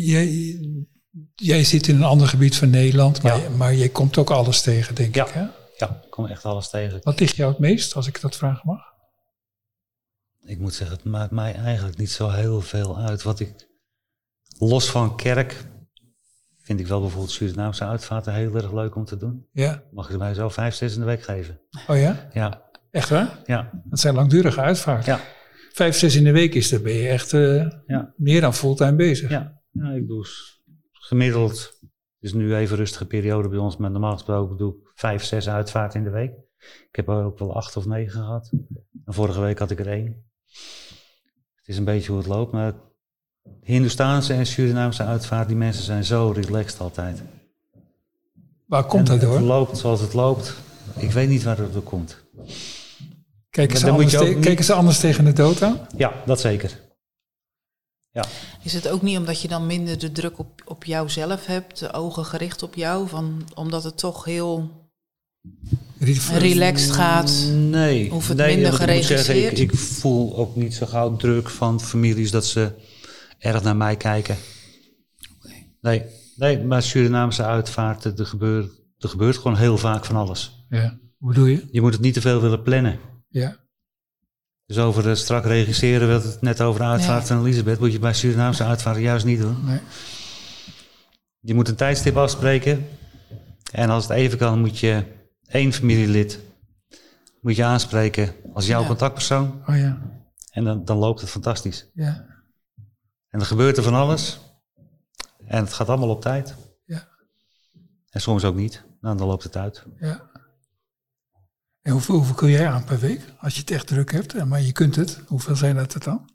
A: Jij zit in een ander gebied van Nederland, maar jij komt ook alles tegen, denk ik. Hè?
B: Ja, ik kom echt alles tegen.
A: Wat ligt jou het meest, als ik dat vragen mag?
B: Ik moet zeggen, het maakt mij eigenlijk niet zo heel veel uit. Wat ik, los van kerk, vind ik wel bijvoorbeeld Surinaamse uitvaarten heel erg leuk om te doen.
A: Ja.
B: Mag je mij zo 5, 6 in de week geven?
A: Oh ja?
B: Ja.
A: Echt waar?
B: Ja.
A: Dat zijn langdurige uitvaarten.
B: Ja.
A: 5, 6 in de week is, daar ben je echt meer dan fulltime bezig.
B: Ja. Ja, ik doe gemiddeld, het is nu even een rustige periode bij ons, maar normaal gesproken doe ik 5, 6 uitvaarten in de week. Ik heb er ook wel 8 of 9 gehad. En vorige week had ik er 1. Het is een beetje hoe het loopt, maar Hindoestaanse en Surinaamse uitvaart, die mensen zijn zo relaxed altijd.
A: Waar komt dat door?
B: Het loopt zoals het loopt. Ik weet niet waar het door komt.
A: Kijken ze anders tegen de dood aan?
B: Ja, dat zeker. Ja.
C: Is het ook niet omdat je dan minder de druk op jouzelf hebt, de ogen gericht op jou, omdat het toch heel relaxed gaat?
B: Nee.
C: Hoeft het minder geregisseerd?
B: Ik voel ook niet zo gauw druk van families dat ze erg naar mij kijken. Okay. Nee, maar Surinaamse uitvaarten, er gebeurt gewoon heel vaak van alles.
A: Ja, hoe bedoel je?
B: Je moet het niet te veel willen plannen.
A: Ja.
B: Dus over strak regisseren, we hadden het net over de uitvaart van Elisabeth, moet je bij Surinaamse uitvaarten juist niet doen.
A: Nee.
B: Je moet een tijdstip afspreken en als het even kan moet je 1 familielid moet je aanspreken als jouw contactpersoon.
A: Oh ja.
B: En dan loopt het fantastisch.
A: Ja.
B: En er gebeurt er van alles. En het gaat allemaal op tijd.
A: Ja.
B: En soms ook niet. Nou, dan loopt het uit.
A: Ja. En hoeveel kun jij aan per week? Als je het echt druk hebt, maar je kunt het. Hoeveel zijn dat er dan?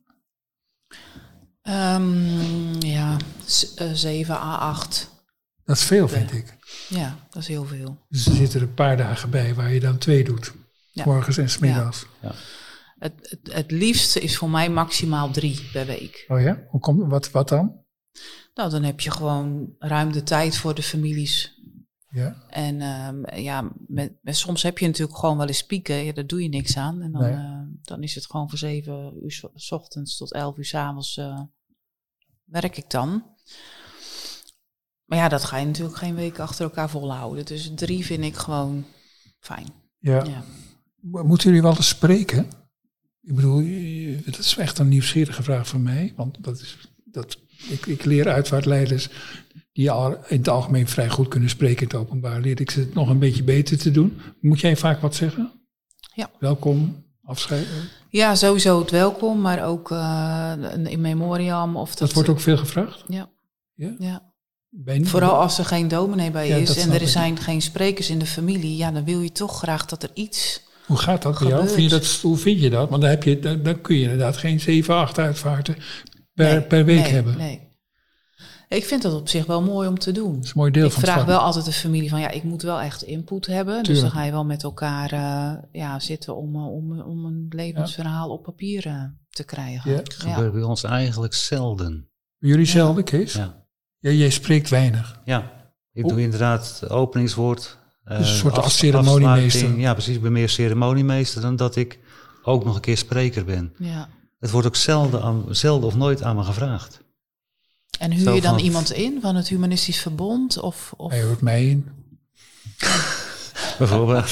C: 7 à 8.
A: Dat is veel, vind ik.
C: Ja, dat is heel veel.
A: Dus er zitten een paar dagen bij waar je dan 2 doet. Ja. Morgens en 's middags.
B: Ja.
C: Het liefste is voor mij maximaal 3 per week.
A: Oh ja? Wat dan?
C: Nou, dan heb je gewoon ruim de tijd voor de families.
A: Ja.
C: En soms heb je natuurlijk gewoon wel eens pieken. Ja, daar doe je niks aan. En dan is het gewoon van 7 uur 's ochtends tot 11 uur 's avonds werk ik dan. Maar ja, dat ga je natuurlijk geen weken achter elkaar volhouden. Dus 3 vind ik gewoon fijn.
A: Ja. Moeten jullie wel eens spreken? Ik bedoel, dat is echt een nieuwsgierige vraag van mij. Want ik leer uitvaartleiders die al in het algemeen vrij goed kunnen spreken in het openbaar. Leer ik ze het nog een beetje beter te doen. Moet jij vaak wat zeggen?
C: Ja.
A: Welkom, afscheid?
C: Ja, sowieso het welkom, maar ook een in memoriam. Dat
A: wordt ook veel gevraagd?
C: Ja.
A: Ja?
C: Vooral als er geen dominee bij is en er zijn geen sprekers in de familie. Ja, dan wil je toch graag dat er iets
A: Hoe gaat dat bij jou? Hoe vind je dat? Want dan kun je inderdaad geen 7, 8 uitvaarten per week hebben.
C: Nee. Ik vind dat op zich wel mooi om te doen.
A: Dat is een mooi deel van het vak.
C: Ik vraag wel altijd de familie van, ik moet wel echt input hebben. Tuurlijk. Dus dan ga je wel met elkaar zitten om een levensverhaal op papier te krijgen.
B: Ja. Dat gebeurt bij ons eigenlijk zelden.
A: Bij jullie zelden, Kees?
B: Ja.
A: Jij spreekt weinig.
B: Ja, ik doe inderdaad het openingswoord.
A: Dus een soort als ceremoniemeester.
B: Ja, precies. Ik ben meer ceremoniemeester dan dat ik ook nog een keer spreker ben.
C: Ja.
B: Het wordt ook zelden of nooit aan me gevraagd.
C: En huur je dan iemand in van het Humanistisch Verbond? Of?
A: Hij hoort mij in.
B: Bijvoorbeeld.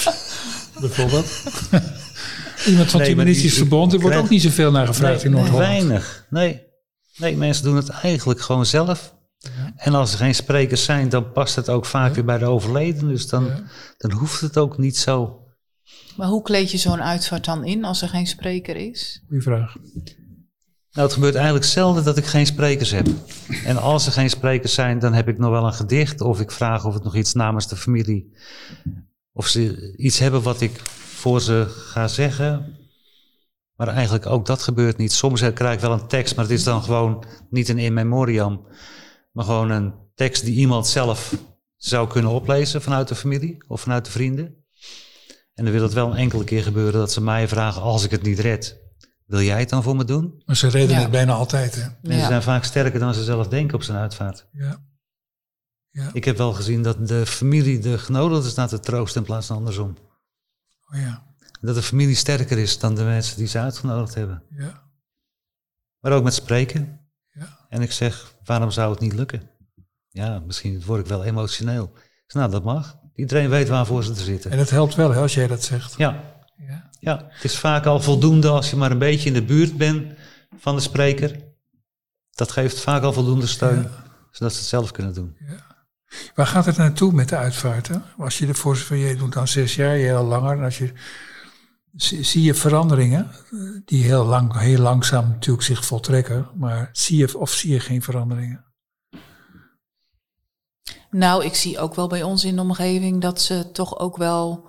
A: Iemand van het Humanistisch Verbond, er wordt ook niet zoveel naar gevraagd in Noord-Holland.
B: Weinig, nee, mensen doen het eigenlijk gewoon zelf. Ja. En als er geen sprekers zijn, dan past het ook vaak weer bij de overleden. Dus dan hoeft het ook niet zo.
C: Maar hoe kleed je zo'n uitvaart dan in als er geen spreker is?
A: Goeie vraag.
B: Nou, het gebeurt eigenlijk zelden dat ik geen sprekers heb. En als er geen sprekers zijn, dan heb ik nog wel een gedicht. Of ik vraag of het nog iets namens de familie. Of ze iets hebben wat ik voor ze ga zeggen. Maar eigenlijk ook dat gebeurt niet. Soms krijg ik wel een tekst, maar het is dan gewoon niet een in memoriam. Maar gewoon een tekst die iemand zelf zou kunnen oplezen vanuit de familie of vanuit de vrienden. En dan wil het wel een enkele keer gebeuren dat ze mij vragen, als ik het niet red, wil jij het dan voor me doen?
A: Maar ze redden het bijna altijd, hè?
B: En ze zijn vaak sterker dan ze zelf denken op zijn uitvaart.
A: Ja.
B: Ik heb wel gezien dat de familie de genodigden staat te troosten in plaats van andersom.
A: Oh ja.
B: Dat de familie sterker is dan de mensen die ze uitgenodigd hebben.
A: Ja.
B: Maar ook met spreken.
A: Ja.
B: En ik zeg, waarom zou het niet lukken? Ja, misschien word ik wel emotioneel. Ik zeg, nou, dat mag. Iedereen weet waarvoor ze er zitten.
A: En dat helpt wel, hè, als jij dat zegt.
B: Ja, het is vaak al voldoende als je maar een beetje in de buurt bent van de spreker. Dat geeft vaak al voldoende steun, zodat ze het zelf kunnen doen.
A: Ja. Waar gaat het naartoe met de uitvaarten? Als je voor zover jij doet dan 6 jaar, jij al langer. Als je, zie je veranderingen die heel langzaam natuurlijk zich voltrekken. Maar zie je geen veranderingen?
C: Nou, ik zie ook wel bij ons in de omgeving dat ze toch ook wel,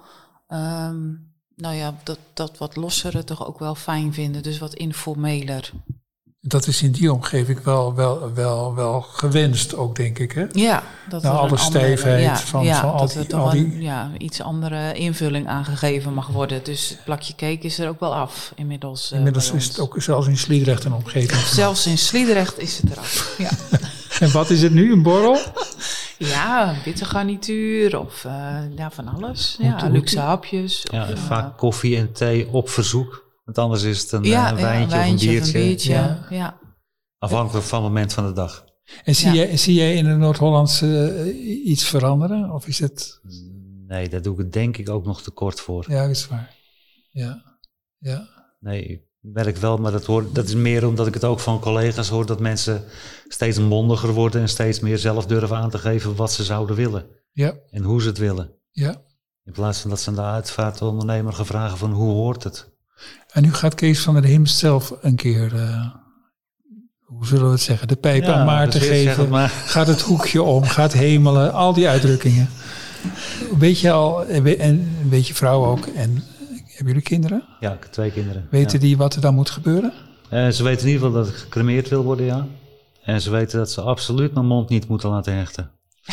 C: dat wat lossere toch ook wel fijn vinden. Dus wat informeler.
A: Dat is in die omgeving wel gewenst ook, denk ik, hè?
C: Ja. Dat
A: nou, alle stijfheid van al die...
C: iets andere invulling aangegeven mag worden. Dus het plakje cake is er ook wel af inmiddels.
A: Inmiddels is het ook zelfs in Sliedrecht een omgeving.
C: Zelfs in Sliedrecht is het eraf, ja.
A: En wat is het nu, een borrel?
C: Ja, een witte garnituur of van alles. Ja, luxe hapjes.
B: Ja, vaak koffie en thee op verzoek. Want anders is het een wijntje of een biertje.
C: Ja.
B: Afhankelijk van het moment van de dag.
A: En zie jij in het Noord-Hollandse iets veranderen? Of is het...
B: Nee, daar doe ik het denk ik ook nog te kort voor.
A: Ja, dat is waar. Ja.
B: Nee, ik werk wel, maar dat is meer omdat ik het ook van collega's hoor... dat mensen steeds mondiger worden en steeds meer zelf durven aan te geven wat ze zouden willen. Ja. En hoe ze het willen. Ja. In plaats van dat ze aan de uitvaartondernemer gaan vragen van hoe hoort het. En nu gaat Kees van der Himst zelf een keer, hoe zullen we het zeggen, de pijp aan Maarten geven. Gaat het hoekje om, gaat hemelen, al die uitdrukkingen. Weet je al, en weet je vrouw ook, en hebben jullie kinderen? Ja, ik heb 2 kinderen. Weten die wat er dan moet gebeuren? Ze weten in ieder geval dat ik gecremeerd wil worden, ja. En ze weten dat ze absoluut mijn mond niet moeten laten hechten.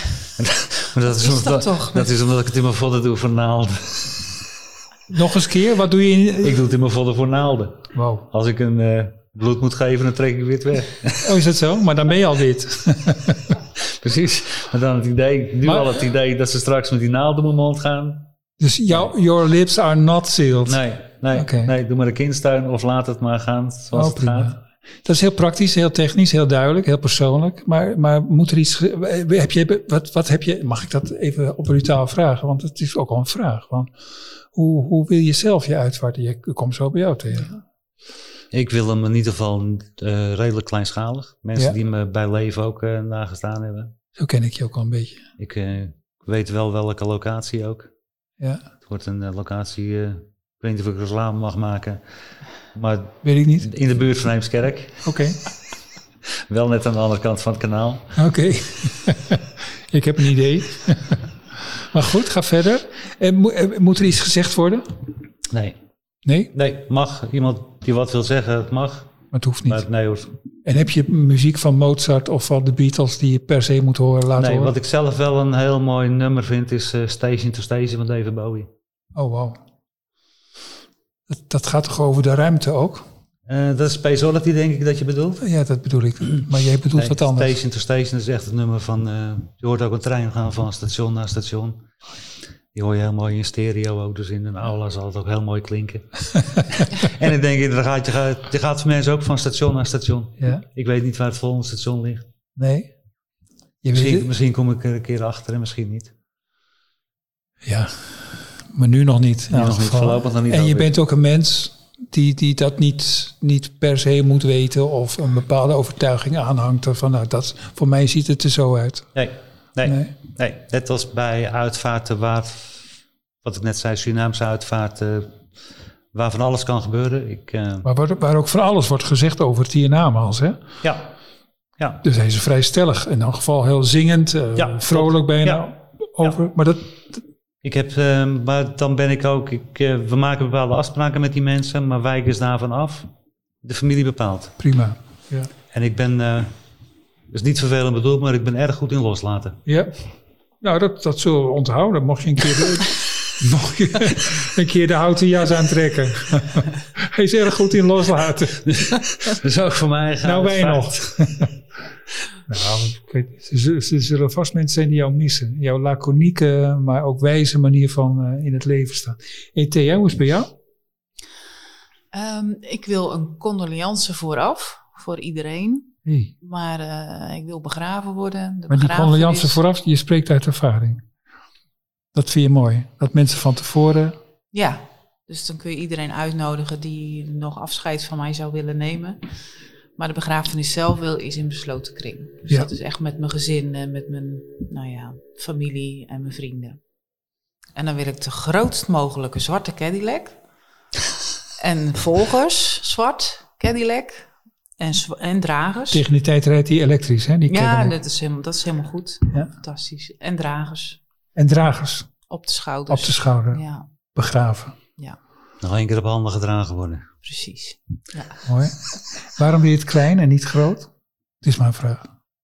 B: Dat is omdat ik het in mijn vodden doe voor naalden. Nog eens keer, wat doe je? Ik doe het in mijn vodden voor naalden. Wow. Als ik een bloed moet geven, dan trek ik wit weg. Oh, is dat zo? Maar dan ben je al wit. Precies. Maar dan al het idee dat ze straks met die naald in mijn mond gaan. Dus your lips are not sealed? Nee, doe maar de kindstuin of laat het maar gaan zoals het gaat. Dat is heel praktisch, heel technisch, heel duidelijk, heel persoonlijk. Maar moet er iets... Wat heb je... Mag ik dat even op brutaal vragen? Want het is ook al een vraag. Want hoe wil je zelf je uitvaarten? Ik kom zo bij jou tegen. Ik wil hem in ieder geval redelijk kleinschalig. Mensen die me bij leven ook nagestaan hebben. Zo ken ik je ook al een beetje. Ik weet wel welke locatie ook. Ja. Het wordt een locatie... ik weet niet of ik reclame mag maken... Maar weet ik niet. In de buurt van Heemskerk. Oké. Wel net aan de andere kant van het kanaal. Oké. Ik heb een idee. Maar goed, ga verder. Moet er iets gezegd worden? Nee. Nee? Nee, mag. Iemand die wat wil zeggen, het mag. Maar het hoeft niet. Maar, nee hoor. En heb je muziek van Mozart of van de Beatles die je per se moet laten horen? Wat ik zelf wel een heel mooi nummer vind is Station to Station van David Bowie. Oh, wauw. Dat gaat toch over de ruimte ook? Dat is Space Oddity, denk ik dat je bedoelt. Ja, dat bedoel ik. Maar jij bedoelt wat anders. Station to Station is echt het nummer van... je hoort ook een trein gaan van station naar station. Die hoor je heel mooi in stereo ook. Dus in een aula zal het ook heel mooi klinken. En ik denk, je gaat voor mensen ook van station naar station. Ja. Ik weet niet waar het volgende station ligt. Nee. Misschien kom ik er een keer achter en misschien niet. Ja. Maar nu nog niet. Voorlopig nog niet. En je bent ook een mens die dat niet per se moet weten of een bepaalde overtuiging aanhangt. Van voor mij ziet het er zo uit. Nee. Net als bij uitvaarten wat ik net zei, Surinaamse uitvaarten, waar van alles kan gebeuren. Maar waar ook van alles wordt gezegd over het hiernamaals, hè? Ja. Dus hij is vrij stellig. In elk geval heel zingend, vrolijk bijna over. Ja. Maar maar dan ben ik ook... we maken bepaalde afspraken met die mensen, maar wijken is daarvan af. De familie bepaalt. Prima, ja. En ik ben... is niet vervelend bedoeld, maar ik ben erg goed in loslaten. Ja, nou dat zullen we onthouden. Mocht je een keer de houten jas aantrekken. Hij is erg goed in loslaten. Dus ook voor mij gaat. Nou, wij nog. Nou, er zullen vast mensen zijn die jou missen. Jouw laconieke, maar ook wijze manier van in het leven staan. Hey Thea, hoe is het bij jou?
C: Ik wil een condoleance vooraf, voor iedereen.
A: Hey.
C: Maar ik wil begraven worden.
A: Maar die condoleance vooraf, je spreekt uit ervaring. Dat vind je mooi? Dat mensen van tevoren...
C: Ja, dus dan kun je iedereen uitnodigen die nog afscheid van mij zou willen nemen. Maar de begrafenis zelf is in besloten kring. Dus dat is echt met mijn gezin en met mijn familie en mijn vrienden. En dan wil ik de grootst mogelijke zwarte Cadillac. En volgers, zwart Cadillac. En dragers.
A: Tegen die tijd rijdt die elektrisch, hè? Die
C: dat is helemaal goed. Ja. Fantastisch. En dragers.
A: En dragers.
C: Op de schouders.
A: Op de schouder. Ja. Begraven.
C: Ja.
B: Nog 1 keer op handen gedragen worden.
C: Precies. Ja.
A: Mooi. Waarom wil je het klein en niet groot? Het is maar een vraag.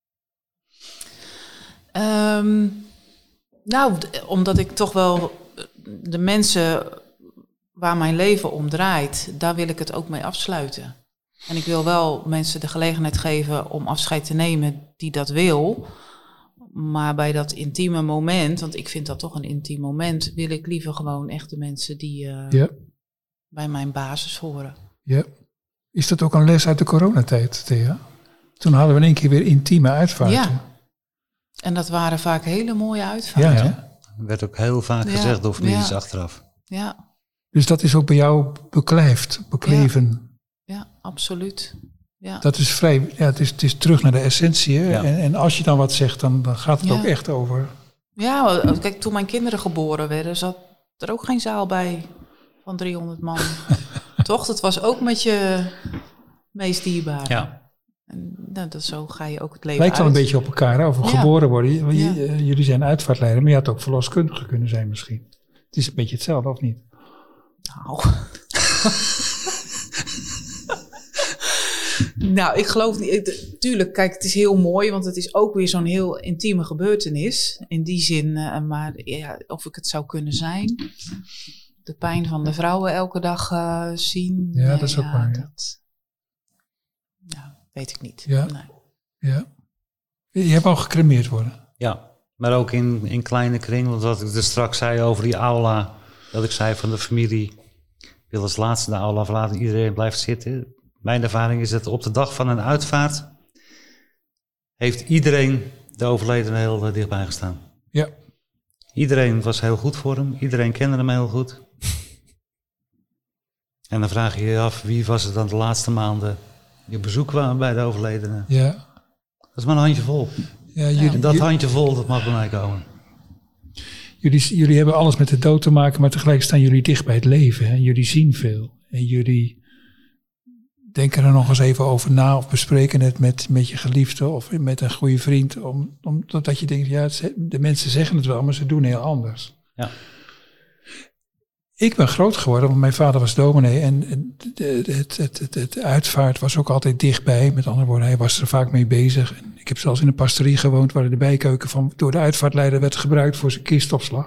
C: Omdat ik toch wel de mensen waar mijn leven om draait, daar wil ik het ook mee afsluiten. En ik wil wel mensen de gelegenheid geven om afscheid te nemen die dat wil. Maar bij dat intieme moment, want ik vind dat toch een intiem moment, wil ik liever gewoon echt de mensen die bij mijn basis horen.
A: Ja. Is dat ook een les uit de coronatijd, Thea? Toen hadden we in één keer weer intieme uitvaarten. Ja.
C: En dat waren vaak hele mooie uitvaarten.
B: Ja, werd ook heel vaak gezegd door families achteraf.
C: Ja.
A: Dus dat is ook bij jou bekleven.
C: Ja, absoluut. Ja.
A: Dat is vrij, het is terug naar de essentie. Hè? Ja. En als je dan wat zegt, dan gaat het ook echt over.
C: Ja, kijk, toen mijn kinderen geboren werden, zat er ook geen zaal bij van 300 man. Toch? Dat was ook met je meest dierbare. Ja. En zo ga je ook het leven
A: lijkt wel een beetje op elkaar, over geboren worden. Jullie zijn uitvaartleider, maar je had ook verloskundige kunnen zijn misschien. Het is een beetje hetzelfde, of niet?
C: Nou... Nou, ik geloof niet. Tuurlijk, kijk, het is heel mooi, want het is ook weer zo'n heel intieme gebeurtenis. In die zin, maar of ik het zou kunnen zijn. De pijn van de vrouwen elke dag zien.
A: Ja, dat is ook waar.
C: Dat weet ik niet.
A: Ja. Nee. Ja. Je hebt al gecremeerd worden.
B: Ja, maar ook in kleine kring. Want wat ik er straks zei over die aula, dat ik zei van de familie, wil als laatste de aula verlaten, iedereen blijft zitten. Mijn ervaring is dat op de dag van een uitvaart heeft iedereen de overledene heel dichtbij gestaan.
A: Ja.
B: Iedereen was heel goed voor hem. Iedereen kende hem heel goed. En dan vraag je je af, wie was het dan de laatste maanden die op bezoek kwamen bij de overledene?
A: Ja.
B: Dat is maar een handjevol. Ja, en dat handjevol, dat mag bij mij komen.
A: Jullie hebben alles met de dood te maken, maar tegelijk staan jullie dicht bij het leven. Hè? Jullie zien veel. En jullie denken er nog eens even over na of bespreken het met je geliefde of met een goede vriend. Omdat je denkt, de mensen zeggen het wel, maar ze doen heel anders.
B: Ja.
A: Ik ben groot geworden, want mijn vader was dominee en het uitvaart was ook altijd dichtbij. Met andere woorden, hij was er vaak mee bezig. En ik heb zelfs in een pastorie gewoond waar de bijkeuken door de uitvaartleider werd gebruikt voor zijn kistopslag.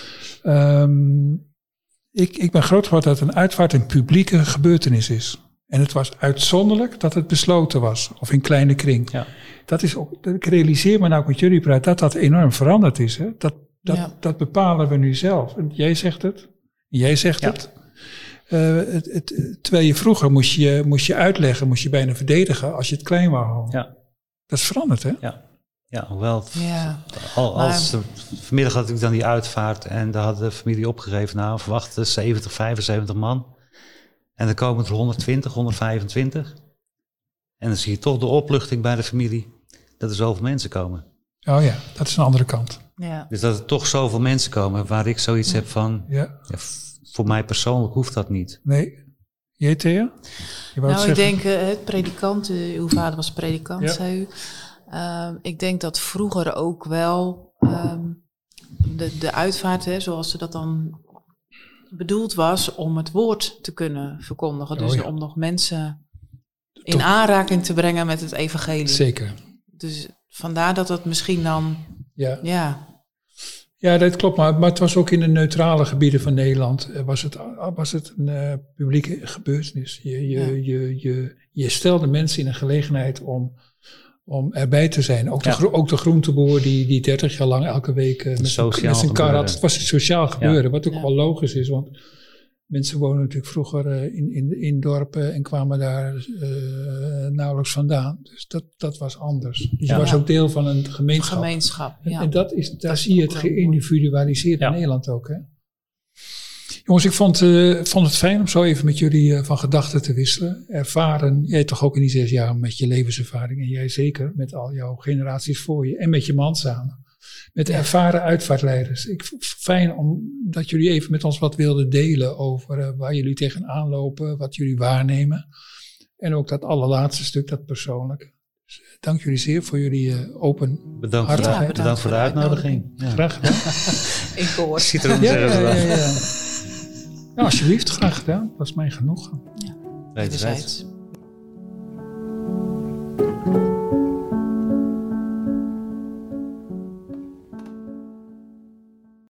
A: Ik ben groot geworden dat een uitvaart een publieke gebeurtenis is. En het was uitzonderlijk dat het besloten was, of in kleine kring. Ja. Dat is ook, ik realiseer me nou met jullie praat dat enorm veranderd is. Hè? Dat bepalen we nu zelf. En jij zegt het. Jij zegt het. Terwijl je vroeger moest je uitleggen, moest je bijna verdedigen als je het klein wou houden. Ja. Dat is veranderd, hè?
B: Ja, hoewel. Vanmiddag had ik dan die uitvaart en daar had de familie opgegeven. Nou, verwachten 70, 75 man. En dan komen er 120, 125. En dan zie je toch de opluchting bij de familie dat er zoveel mensen komen.
A: Oh ja, dat is een andere kant.
C: Ja.
B: Dus dat er toch zoveel mensen komen waar ik zoiets heb van... Ja, voor mij persoonlijk hoeft dat niet.
A: Nee. Jij, Thea?
C: Ik denk, predikant, uw vader was predikant, zei u. Ik denk dat vroeger ook wel de uitvaart, zoals ze dat dan bedoeld was, om het woord te kunnen verkondigen. Dus om nog mensen in aanraking te brengen met het evangelie.
A: Zeker.
C: Dus vandaar dat het misschien dan...
A: Ja, dat klopt. Maar het was ook in de neutrale gebieden van Nederland. Was het een publieke gebeurtenis. Je stelde mensen in een gelegenheid om erbij te zijn. Ook de groenteboer die 30 jaar lang elke week met zijn kar had. Het was een sociaal gebeuren, wat ook wel logisch is. Want Mensen wonen natuurlijk vroeger in dorpen en kwamen daar nauwelijks vandaan. Dus dat was anders. Dus je was ook deel van een gemeenschap. En daar zie je het geïndividualiseerd in Nederland ook. Hè? Jongens, ik vond het fijn om zo even met jullie van gedachten te wisselen. Ervaren, jij toch ook in die 6 jaar met je levenservaring. En jij zeker met al jouw generaties voor je. En met je man samen. Met ervaren uitvaartleiders. Fijn dat jullie even met ons wat wilden delen over waar jullie tegenaan lopen. Wat jullie waarnemen. En ook dat allerlaatste stuk, dat persoonlijke. Dus, dank jullie zeer voor jullie open hartigheid.
B: Bedankt voor de uitnodiging.
A: Ja. Graag gedaan.
C: Ik hoor.
A: Ja, alsjeblieft, graag gedaan. Dat was mij genoeg.
B: Wederzijds.